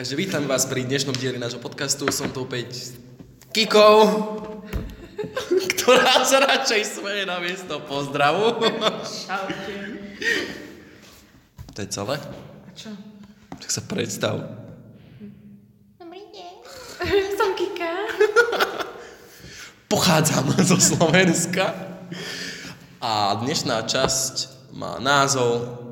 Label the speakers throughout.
Speaker 1: Takže vítam vás pri dnešnom dieli nášho podcastu. Som tu opäť s Kikou, ktorá sa radšej smeje na miesto pozdravu.
Speaker 2: Čaute.
Speaker 1: To je celé?
Speaker 2: A čo?
Speaker 1: Tak sa predstav.
Speaker 2: Dobrý deň. Som Kika.
Speaker 1: Pochádzam zo Slovenska a dnešná časť má názov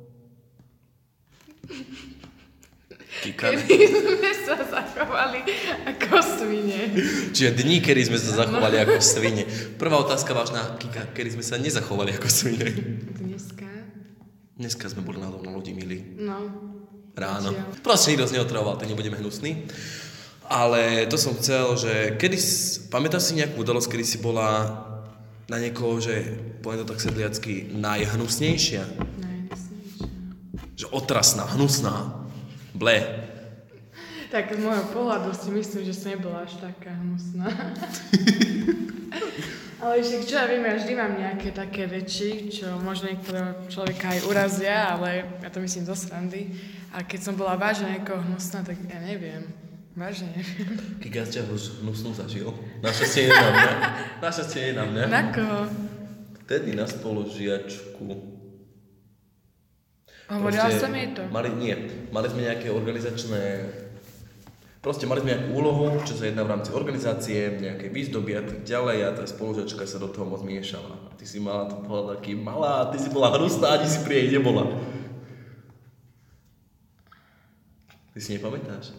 Speaker 1: Kika.
Speaker 2: Kedy sme sa zachovali ako svine.
Speaker 1: Čiže dní, kedy sme sa zachovali ako svine. Prvá otázka vážna, Kika, kedy sme sa nezachovali ako svine?
Speaker 2: Dneska?
Speaker 1: Dneska sme boli na lodi, milí.
Speaker 2: No.
Speaker 1: Ráno.
Speaker 2: Zatiaľ.
Speaker 1: Proste nikto z neotravoval, tak nebudeme hnusní. Ale to som chcel, že pamätáš si nejakú udalosť, kedy si bola na niekoho, že poviem to tak sedliacky, najhnusnejšia?
Speaker 2: Najnesnejšia.
Speaker 1: Že otrasná, hnusná. Ble.
Speaker 2: Tak z môjho pohľadu si myslím, že som nebola až taká hnusná. Ale však čo ja viem, ja vždy mám nejaké také reči, čo možno niektorého človeka aj urazia, ale ja to myslím zo srandy. A keď som bola vážne niekoho hnusná, tak ja neviem. Vážne neviem.
Speaker 1: Kika ťa už hnusnú zažil? Našťastie je na mňa. Našťastie je na mňa.
Speaker 2: Na koho?
Speaker 1: Vtedy na spolužiačku.
Speaker 2: Hovorila som jej to.
Speaker 1: Mali sme nejaké organizačné... Proste mali sme nejakú úlohu, čo sa jedná v rámci organizácie, nejaké výzdoby a tak ďalej a tá spolužiačka sa do toho moc miešala. A ty si mala to bola taký malá, ty si bola hnusná, ani si pri jej nebola. Ty si nepamätáš?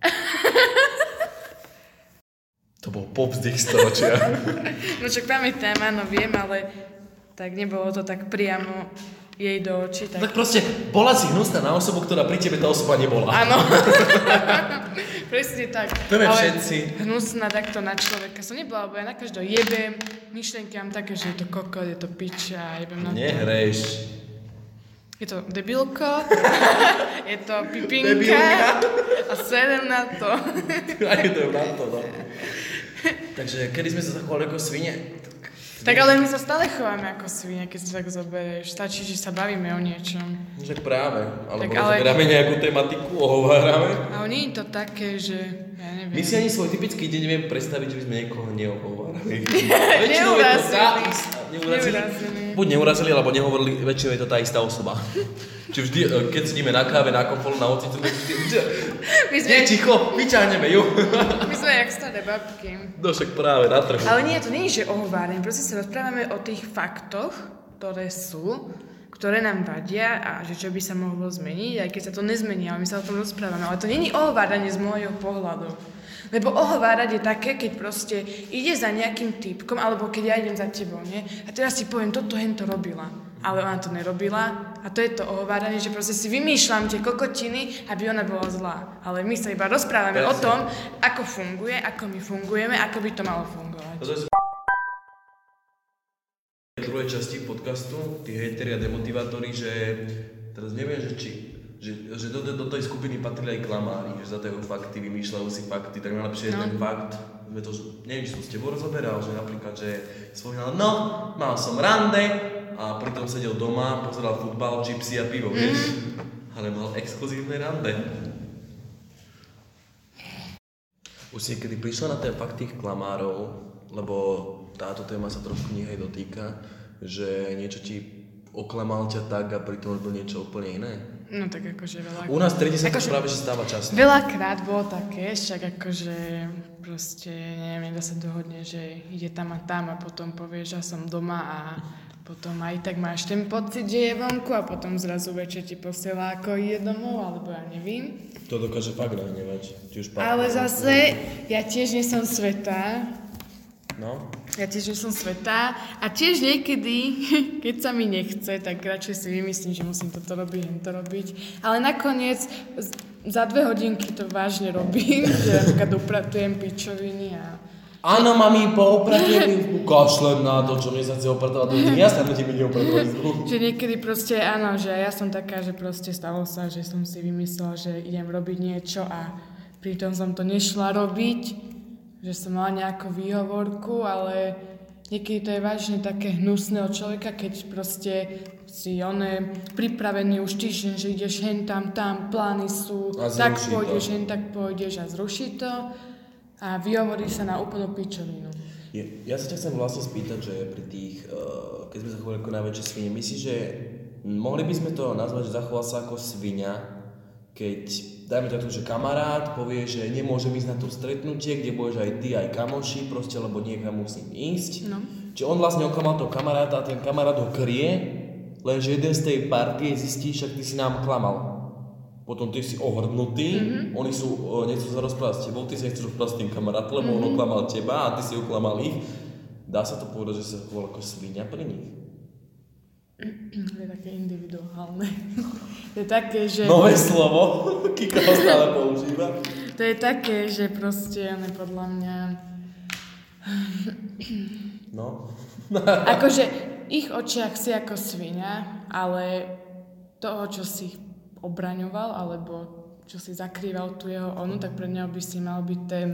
Speaker 1: To bol popzdych storočia.
Speaker 2: No čak pamätám, áno, viem, ale tak nebolo to tak priamo jej do očí.
Speaker 1: Tak proste bola si hnusná na osobu, ktorá pri tebe tá osoba nebola.
Speaker 2: Áno. Presne tak.
Speaker 1: Vieme
Speaker 2: ale
Speaker 1: všetci.
Speaker 2: hnusná takto na človeka som nebola, lebo ja na každého jebem. Myšlenky mám také, že je to kokot, je to piča, jebem na to.
Speaker 1: Nehrejš.
Speaker 2: Je to debilko, je to pipinka
Speaker 1: Debilka.
Speaker 2: a serem na to.
Speaker 1: Aj to je na to, no. Takže kedy sme sa zachovali ako svine?
Speaker 2: Tak ale my sa stále chováme ako svine, keď si tak zoberieš. Stačí, že sa bavíme o niečom.
Speaker 1: Však práve. Alebo
Speaker 2: Tak
Speaker 1: rozoberáme nejakú tematiku, ohovárame.
Speaker 2: Ale nie je to také, že ja neviem.
Speaker 1: My si ani svoj typický deň neviem predstaviť, že by sme niekoho neohovárali.
Speaker 2: Neurazili.
Speaker 1: Buď neurazili, alebo nehovorili, väčšinou je to tá istá osoba. Čiže vždy, keď sedíme na káve, na kompolu, na ocicu, nie, ticho, vyťahneme ju.
Speaker 2: My sme jak staré babky.
Speaker 1: No však práve, na trhu.
Speaker 2: Ale nie, to nie je, že ohováranie. Proste sa rozprávame o tých faktoch, ktoré sú, ktoré nám vadia a že čo by sa mohlo zmeniť, aj keď sa to nezmení, ale my sa o tom rozprávame. Ale to nie je ohováranie z môjho pohľadu. Lebo ohovárať je také, keď proste ide za nejakým typkom, alebo keď ja idem za tebou, nie? A teraz si poviem, toto hento robila. Ale ona to nerobila. A to je to ohováranie, že proste si vymýšľam tie kokotiny, aby ona bola zlá. Ale my sa iba rozprávame o tom, ako funguje, ako my fungujeme, ako by to malo fungovať.
Speaker 1: V druhej časti podcastu, tí hejteri a demotivátori, že teraz neviem, že do tej skupiny patrili aj klamári, že za tie fakty vymýšľajú si fakty, tak najlepšie je ten fakt, neviem, či som s tebou rozoberal, že napríklad, že spomínal, mal som rande a pritom sedel doma, pozeral futbal, čipsy a pivo, vieš, ale mal exkluzívne rande. Už si niekedy prišla na ten fakt tých klamárov, lebo táto téma sa trošku nehej dotýka, že niečo ti oklamal ťa tak a pritom robil niečo úplne iné?
Speaker 2: No tak akože veľakrát.
Speaker 1: U nás v triede sa to práve že stáva často.
Speaker 2: Veľakrát bolo také, však akože proste, neviem, nedá sa dohodne, že ide tam a potom povieš, že som doma a potom aj tak máš ten pocit, že je vonku a potom zrazu večer ti posiela ako ide domov, alebo ja neviem.
Speaker 1: To dokáže fakt nahnevať.
Speaker 2: Ale zase, ja tiež nie som svätá.
Speaker 1: No?
Speaker 2: Ja tiež nie som svätá a tiež niekedy, keď sa mi nechce, tak radšej si vymyslím, že musím toto robiť, hento robiť. Ale nakoniec za 2 hodinky to vážne robím, že napríklad upratujem pičoviny a...
Speaker 1: Áno, mami, poupratujem, kašlem na to, čo mne sa chce opratovať, to ja sa ti bude opratovať.
Speaker 2: Že niekedy proste, áno, že ja som taká, že proste stalo sa, že som si vymyslela, že idem robiť niečo a pritom som to nešla robiť, že som mala nejakú výhovorku, ale niekedy to je vážne také hnusné od človeka, keď proste si pripravený už týždeň, že ideš hen tam, plány sú, tak pôjdeš, hen tak pôjdeš a zruší to a vyhovorí sa na úplnú pičovinu.
Speaker 1: Ja sa ťa chcem vlastne spýtať, že pri tých, keď sme zachovali ako najväčšie svine, myslíš, že mohli by sme to nazvať, že zachoval sa ako svinia, keď, dajme to, že kamarát povie, že nemôžem ísť na to stretnutie, kde budeš aj ty, aj kamoši, proste, lebo niekam musím ísť. No. Čiže on vlastne oklamal toho kamaráta a ten kamarát ho kryje, lenže jeden z tej partie zistí, však ty si nám klamal. Potom ty si ohrdnutý, oni nechcú sa rozprávať s tebou, ty si nechceš rozprávať s tým kamarátom, lebo on oklamal teba a ty si oklamal ich. Dá sa to povedať, že sa zachoval ako svinia pri nich?
Speaker 2: To je také individuálne. To je také, že...
Speaker 1: Nové slovo, Kika ho stále používa.
Speaker 2: To je také, že proste, podľa mňa...
Speaker 1: No.
Speaker 2: Akože v ich očiach si ako svinia, ale toho, čo si obraňoval, alebo čo si zakrýval tu jeho onu, tak pre neho by si mal byť ten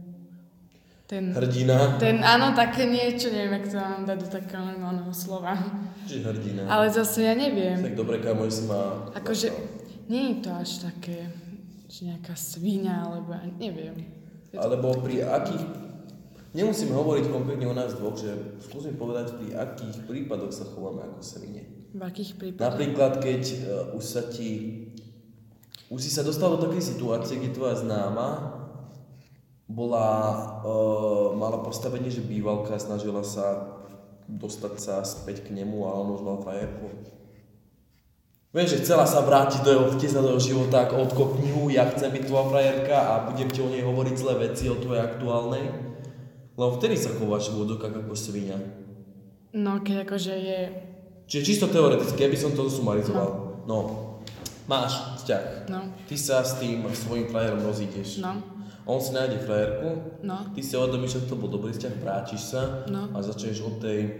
Speaker 1: hrdina.
Speaker 2: Áno, také niečo, neviem, jak to mám dať do takého normálneho slova.
Speaker 1: Čiže hrdina.
Speaker 2: Ale zase ja neviem.
Speaker 1: Tak dobre, kamož si má...
Speaker 2: Akože, nie je to až také, že nejaká svíňa, alebo neviem.
Speaker 1: Alebo pri akých... Nemusíme hovoriť konkrétne o nás dvoch, že skúsim povedať, pri akých prípadoch sa chováme ako svine.
Speaker 2: V akých prípadoch?
Speaker 1: Napríklad, keď už si sa dostal do takej situácie, kde tvoja známa mala postavenie, že bývalka, snažila sa dostať sa späť k nemu a on už mal frajerku. Vieš, že chcela sa vrátiť do jeho života ako odkopni ju, ja chcem byť tvoja frajerka a budem ti o nej hovoriť zlé veci o tvojej aktuálnej. Lebo vtedy sa chováš v úvodokách ako svinia.
Speaker 2: No, keď akože je...
Speaker 1: Čiže čisto teoreticky, aby som to sumarizoval. No. Máš vzťah.
Speaker 2: No.
Speaker 1: Ty sa s tým svojím frajerom rozídeš.
Speaker 2: No.
Speaker 1: On si nájde frajerku,
Speaker 2: no.
Speaker 1: Ty si uvedomíš, že to bol dobrý vzťah, vrátiš sa a začneš od tej...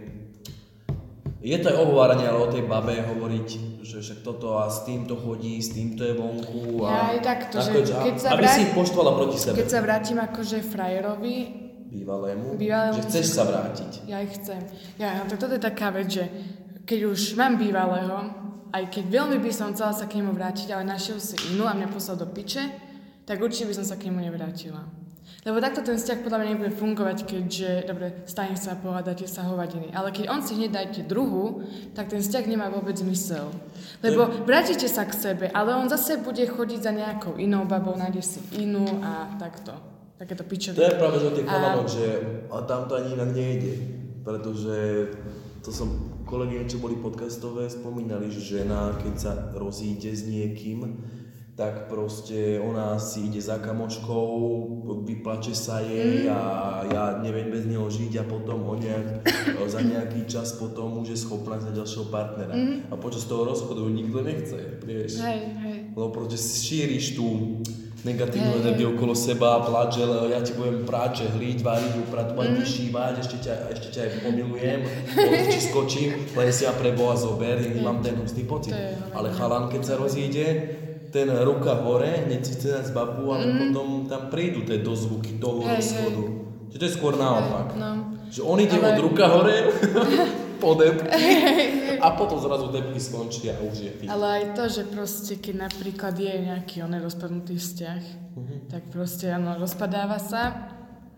Speaker 1: Je to aj ohováranie, ale o tej babe hovoriť, že však toto a s týmto chodí, s týmto je vonku a...
Speaker 2: Ja aj takto, že keď sa
Speaker 1: aby si ich poštvala proti sebe.
Speaker 2: Keď sa vrátim akože frajerovi...
Speaker 1: Bývalému, že chceš sa vrátiť.
Speaker 2: Ja ich chcem. Toto je taká vec, že keď už mám bývalého, aj keď veľmi by som chcela sa k nemu vrátiť, ale našiel si inú a mňa poslal do piče, tak určite by som sa k nemu nevrátila. Lebo takto ten vzťah podľa mňa nebude fungovať, keďže, dobre, stane sa a pohádate sa hovadiny. Ale keď on si hneď dajte druhú, tak ten vzťah nemá vôbec zmysel. Lebo vrátite sa k sebe, ale on zase bude chodiť za nejakou inou babou, nájde si inú a takto. Takéto pičoviny.
Speaker 1: To je práve, že o tých chalanoch, že a tam to ani inak nejde. Pretože to som kolegyne, čo boli podcastové, spomínali, že žena, keď sa rozíde s niekým, tak proste ona si ide za kamoškou, vyplače sa jej a ja neviem bez neho žiť a potom za nejaký čas potom už je schopná za ďalšieho partnera. A počas toho rozchodu nikto nechce, vieš.
Speaker 2: Hej.
Speaker 1: Lebo proste šíriš tú negatívnu energiu okolo seba, plač, že ja ti budem prať, že hliť, váriť, upratovať, vyšívať, ešte ťa aj pomilujem, či skočím, len si ja pre Boha zober, nemám ten hustý pocit. Ale chalan, keď sa rozíde, ten ruka hore, hneď si chce nájsť babu, ale potom tam prídu tie dozvuky toho rozchodu. Čiže to je skôr naopak. Že on ide od ruka hore, po debky a potom zrazu debky skončia a už je tým.
Speaker 2: Ale aj to, že proste keď napríklad je nejaký rozpadnutý vzťah, tak proste rozpadáva sa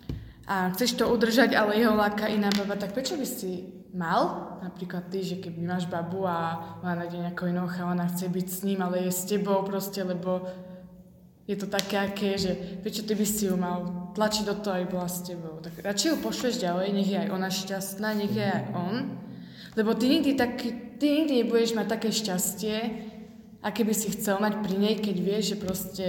Speaker 2: a chceš to udržať, ale jeho láka iná baba, tak prečo by si mal, napríklad ty, že keď máš babu a má nájde nejakého iného chalana, chce byť s ním, ale je s tebou proste, lebo je to také, aké, že prečo ty by si ju mal tlačiť do toho, aby bola s tebou. Tak radšej ju pošleš ďalej, nech je aj ona šťastná, nech je aj on. Lebo ty nikdy nebudeš mať také šťastie, aké by si chcel mať pri nej, keď vieš, že proste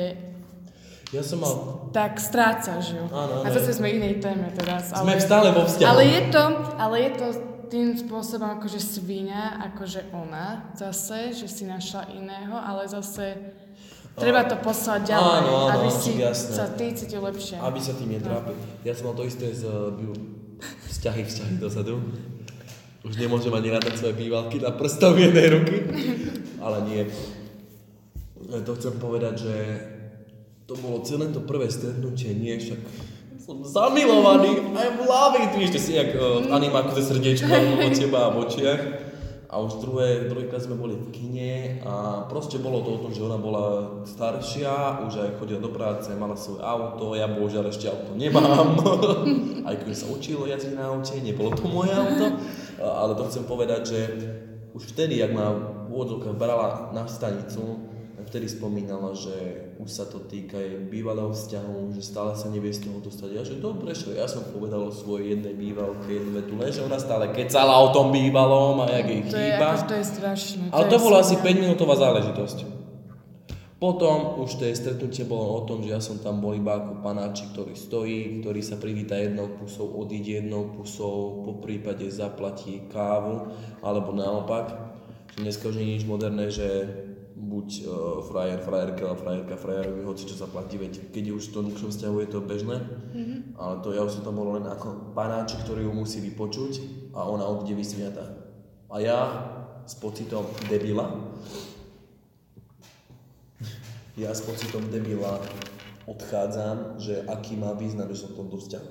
Speaker 1: ja som mal...
Speaker 2: tak strácaš ju.
Speaker 1: Áno.
Speaker 2: A zase sme inej téme teraz.
Speaker 1: Sme stále vo vzťahu.
Speaker 2: Ale je to tým spôsobom akože svíňa, akože ona zase, že si našla iného, ale zase treba to poslať ďalej, aby si sa ty cítil lepšie.
Speaker 1: Aby sa tým netrápil. Ja som mal to isté z vzťahy dozadu. Už nemôžem ani rátať svoje bývalky na prstov jednej ruky. Ale nie. To chcem povedať, že to bolo celé to prvé stretnutie, nie však
Speaker 3: som zamilovaný, I'm loving it. Víš, si jak animáku ze srdiečkom od teba a v očiach. A už druhýkrát sme boli v kine a proste bolo to o tom, že ona bola staršia, už aj chodila do práce, mala svoje auto, ja bohužiaľ ešte auto nemám. Aj keď sa učilo jazdiť na aute, nebolo to moje auto. Ale to chcem povedať, že už vtedy, jak ma v úvodzovkách brala na stanicu, vtedy spomínala, že už sa to týka jej bývalého vzťahu, že stále sa nevie z toho dostať. Ja, že dobre, že ja som povedal o svojej jednej bývalke, jednu vetu, len že ona stále kecala o tom bývalom a jak jej chýba.
Speaker 2: To je strašné.
Speaker 3: Ale to bolo asi 5-minútová záležitosť. Potom už to stretnutie bolo o tom, že ja som tam bol iba ako panáčik, ktorý stojí, ktorý sa privíta jednou pusou, odíde jednou pusou, po prípade zaplatí kávu, alebo naopak. Dneska už nie je nič moderné, že buď frajer, frajerka, ale frajerka, frajerovi, hoci čo zaplatí, veď keď už v tom dlhšom vzťahu je to bežné, ale to ja už som tam bol len ako panáčik, ktorý ju musí vypočuť a ona odíde vysmiatá. A ja s pocitom debila odchádzam, že aký má význam, že som v tomto vzťahu.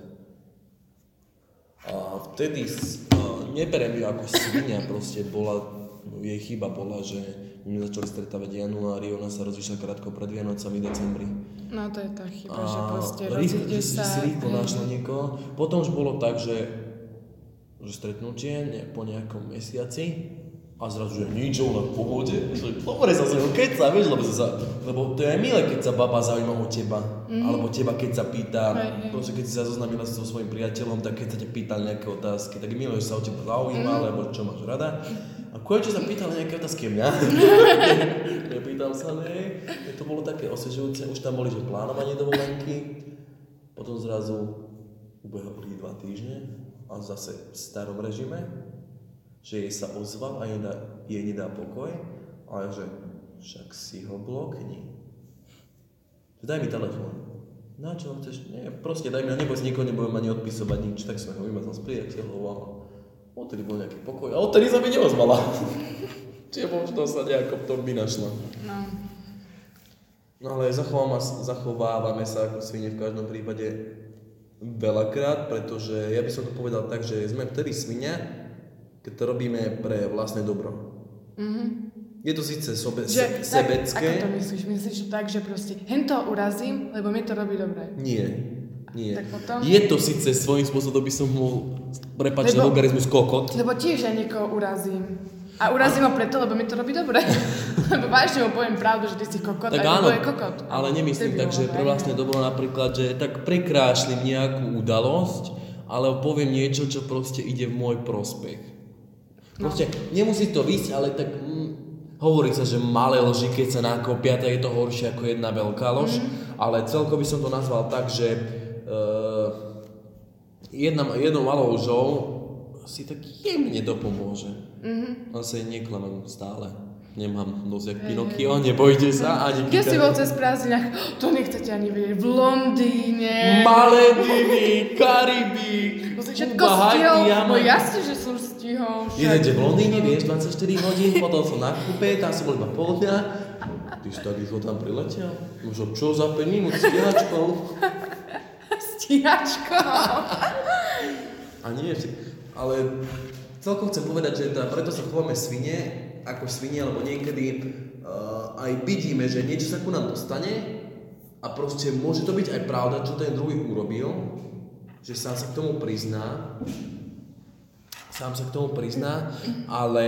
Speaker 3: A vtedy neberiem ju ako svinia, proste jej chyba bola, že my začali stretávať v januári, ona sa rozíšla krátko pred Vianocami v decembri.
Speaker 2: No to je tá chyba, že proste rozíde sa.
Speaker 3: Si rýchlo našla niekoho. Potom už bolo tak, že stretnutie po nejakom mesiaci a zrazu, že nič, ona v pohode. Dobre sa s ňou keca, vieš, lebo to je aj milé, keď sa baba zaujíma o teba. Alebo teba, keď sa pýta, proste keď si sa zoznámila so svojím priateľom, tak keď sa ťa pýtal nejaké otázky, tak je milé, že sa o teba zaujíma, alebo čo máš rada. A konečne sa pýtal nejaké otázky mňa. Nepýtal sa, ne. To bolo také osvežujúce, už tam boli, že plánovanie dovolenky. Potom zrazu ubehli 2 týždne a zase v starom režime, že jej sa ozval a jej nedá pokoj. A ja, že však si ho blokni. Daj mi telefón. Na čo chceš? Nie, proste daj mi, neboj si nikoho, nebudem ani odpisovať nič. Tak som ho vymazal s priateľov a odtedy bol nejaký pokoj. A odtedy sa mi neozvala. Čiže možno sa nejako v tom vynašla. No ale zachovávame sa ako svine v každom prípade veľakrát, pretože ja by som to povedal tak, že sme vtedy svinia, keď to robíme pre vlastné dobro. Je to síce sebecké.
Speaker 2: Ako to myslíš? Myslíš to tak, že proste hento urazím, lebo mi to robí dobre?
Speaker 3: Nie.
Speaker 2: Tak potom?
Speaker 3: Je to síce svojím spôsobom, by som mohol prepáčiť vulgarizmus kokot.
Speaker 2: Lebo tiež ja niekoho urazím. A urazím ho preto, lebo mi to robí dobre. Lebo vážne mu poviem pravdu, že ty si kokot,
Speaker 3: tak
Speaker 2: a
Speaker 3: áno,
Speaker 2: je kokot.
Speaker 3: Ale nemyslím tak, že pre vlastné dobro napríklad, že tak prekrášlim nejakú udalosť, ale poviem niečo, čo proste ide v môj prospech. Proste nemusí to výsť, ale tak hovorí sa, že malé lži, keď sa nakopia, tak je to horšie ako jedna veľká lož. Ale celko by som to nazval tak, že jednou malou lžou si tak jemne dopomôže. Zase neklamem stále. Nemám nos jak Pinokio, nebojte sa, ani
Speaker 2: Kde si bol cez prázdninách? To nechcete ani vedieť. V Londýne.
Speaker 3: Maledivy, Karibík,
Speaker 2: Všetko
Speaker 3: Kuba,
Speaker 2: stihol,
Speaker 3: Haiti,
Speaker 2: no jasne, že som stihol.
Speaker 3: Jedenže v Londýne, vieš, 24 hodín, potom som na kúpe, tam som bol iba pol dňa. Ty si tak rýchlo tam priletel? Možno čo za 5 minút, stíhačkou?
Speaker 2: Stíhačkou.
Speaker 3: A nie, ale celkom chcem povedať, že preto sa chováme svine, ako svine, lebo niekedy aj vidíme, že niečo sa ku nám dostane a proste môže to byť aj pravda, čo ten druhý urobil, že sám sa k tomu prizná, ale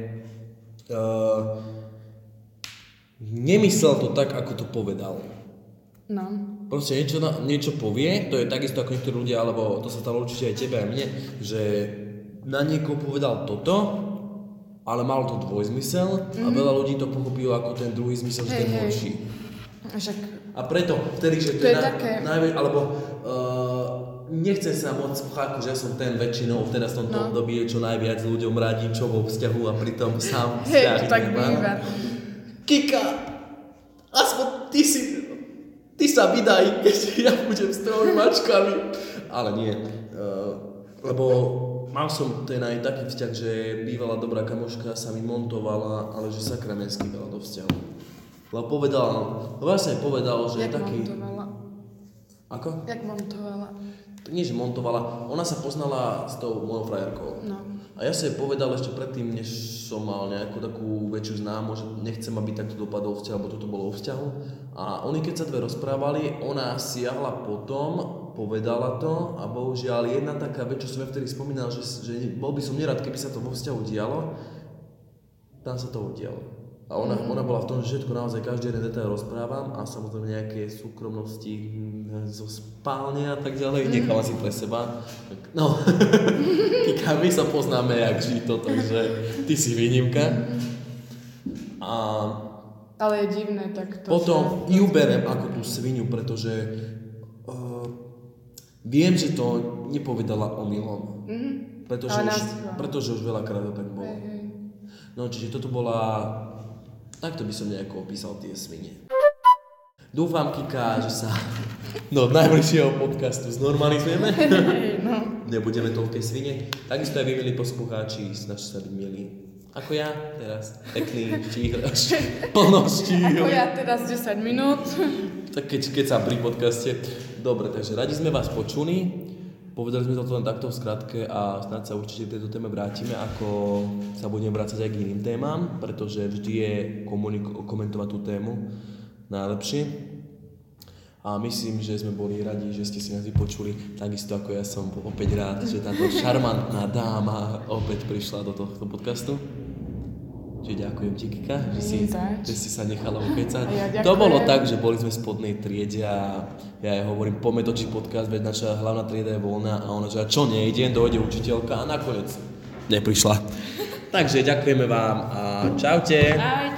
Speaker 3: nemyslel to tak, ako to povedal.
Speaker 2: No.
Speaker 3: Proste niečo povie, to je takisto ako niektorí ľudia, alebo to sa stalo určite aj tebe a mne, že na niekoho povedal toto, ale mal to dvojzmysel a veľa ľudí to pochopilo ako ten druhý zmysel, že ten horší. A preto vtedy, že to je najväčšie, alebo nechcem sa moc chápu, že ja som ten väčšinou v tomto období, čo najviac ľuďom radí, čo vo vzťahu a pritom sám vzťahy
Speaker 2: tak býva.
Speaker 3: Kika, aspoň ty sa vydaj, keď ja budem s tvojimi mačkami. Ale nie, lebo mal som ten aj taký vzťah, že bývalá dobrá kamoška sa mi montovala, ale že sakra neskývala do vzťahu. Lebo vlastne povedal, že je taký...
Speaker 2: montovala?
Speaker 3: Ako?
Speaker 2: Jak montovala.
Speaker 3: Nie, že montovala. Ona sa poznala s tou mojou frajerkou.
Speaker 2: No.
Speaker 3: A ja som jej povedal ešte predtým, než som mal nejakú takú väčšiu známu, že nechcem, aby takto dopadol vzťah, lebo toto bolo o vzťahu. A oni keď sa dve rozprávali, ona siahla potom, povedala to a bohužiaľ jedna taká vec, čo som ja vtedy spomínal, že bol by som nerad, keby sa to vo vzťahu dialo, tam sa to udialo. A ona bola v tom, že všetko naozaj každý jeden detail rozprávam a samozrejme nejaké súkromnosti zo spálne a tak ďalej, nechala si pre seba. No, Kika, my sa poznáme jak žito, takže ty si výnimka.
Speaker 2: Ale je divné takto.
Speaker 3: Potom ju berem ako tú svinu, pretože viem, že to nepovedala omylom. Pretože už veľakrát to tak bolo. No, čiže toto bola... Takto by som nejako opísal tie svine. Dúfam, Kika, že sa do najbližšieho podcastu znormalizujeme.
Speaker 2: No.
Speaker 3: Nebudeme toľké svine. Takisto aj vy, milí poslucháči, snažte sa byť milí. Ako ja teraz. Pekný štíhlaš. Plno štíhl.
Speaker 2: Ako ja teraz 10 minút.
Speaker 3: Tak keď sa pri podcaste. Dobre, takže radi sme vás počuli. Povedali sme to len takto v skratke a snáď sa určite k tejto téme vrátime, ako sa budeme vrácať aj k iným témam, pretože vždy je komentovať tú tému najlepšie. A myslím, že sme boli radi, že ste si nás vypočuli, takisto ako ja som opäť rád, že táto šarmantná dáma opäť prišla do tohto podcastu. Čiže ďakujem ti, Kika, že si sa nechala ukecať.
Speaker 2: Ja
Speaker 3: to bolo tak, že boli sme v spodnej triede a ja jej hovorím, poďme točiť podcast, veď naša hlavná trieda je voľná a ona že čo nejdem, dojde učiteľka a nakoniec neprišla. Takže ďakujeme vám a čaute.
Speaker 2: Ahojte.